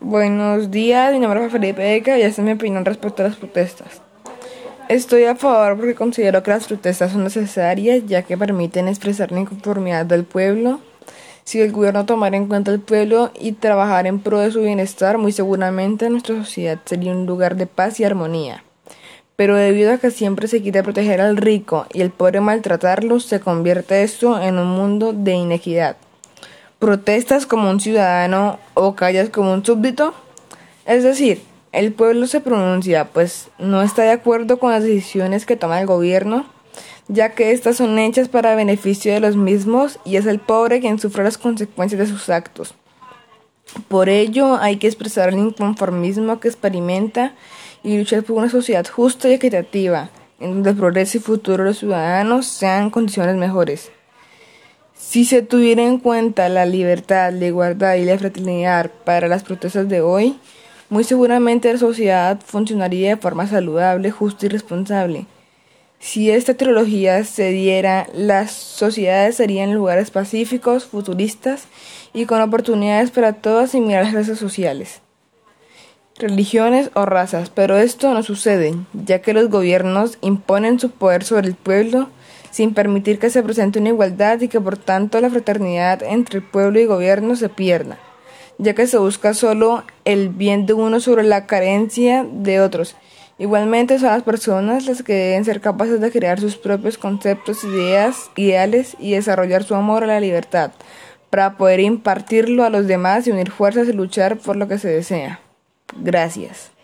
Buenos días, mi nombre es Felipe Beca y esta es mi opinión respecto a las protestas. Estoy a favor porque considero que las protestas son necesarias ya que permiten expresar la inconformidad del pueblo. Si el gobierno tomara en cuenta al pueblo y trabajar en pro de su bienestar, muy seguramente nuestra sociedad sería un lugar de paz y armonía. Pero debido a que siempre se quiere proteger al rico y el pobre maltratarlo, se convierte esto en un mundo de inequidad. ¿Protestas como un ciudadano o callas como un súbdito? Es decir, el pueblo se pronuncia, pues no está de acuerdo con las decisiones que toma el gobierno, ya que estas son hechas para beneficio de los mismos y es el pobre quien sufre las consecuencias de sus actos. Por ello, hay que expresar el inconformismo que experimenta y luchar por una sociedad justa y equitativa, en donde el progreso y futuro de los ciudadanos sean condiciones mejores. Si se tuviera en cuenta la libertad, la igualdad y la fraternidad para las protestas de hoy, muy seguramente la sociedad funcionaría de forma saludable, justa y responsable. Si esta trilogía se diera, las sociedades serían lugares pacíficos, futuristas y con oportunidades para todos y mirar las clases sociales, religiones o razas, pero esto no sucede, ya que los gobiernos imponen su poder sobre el pueblo sin permitir que se presente una igualdad y que por tanto la fraternidad entre el pueblo y gobierno se pierda, ya que se busca solo el bien de uno sobre la carencia de otros. Igualmente son las personas las que deben ser capaces de crear sus propios conceptos, ideas, ideales y desarrollar su amor a la libertad, para poder impartirlo a los demás y unir fuerzas y luchar por lo que se desea. Gracias.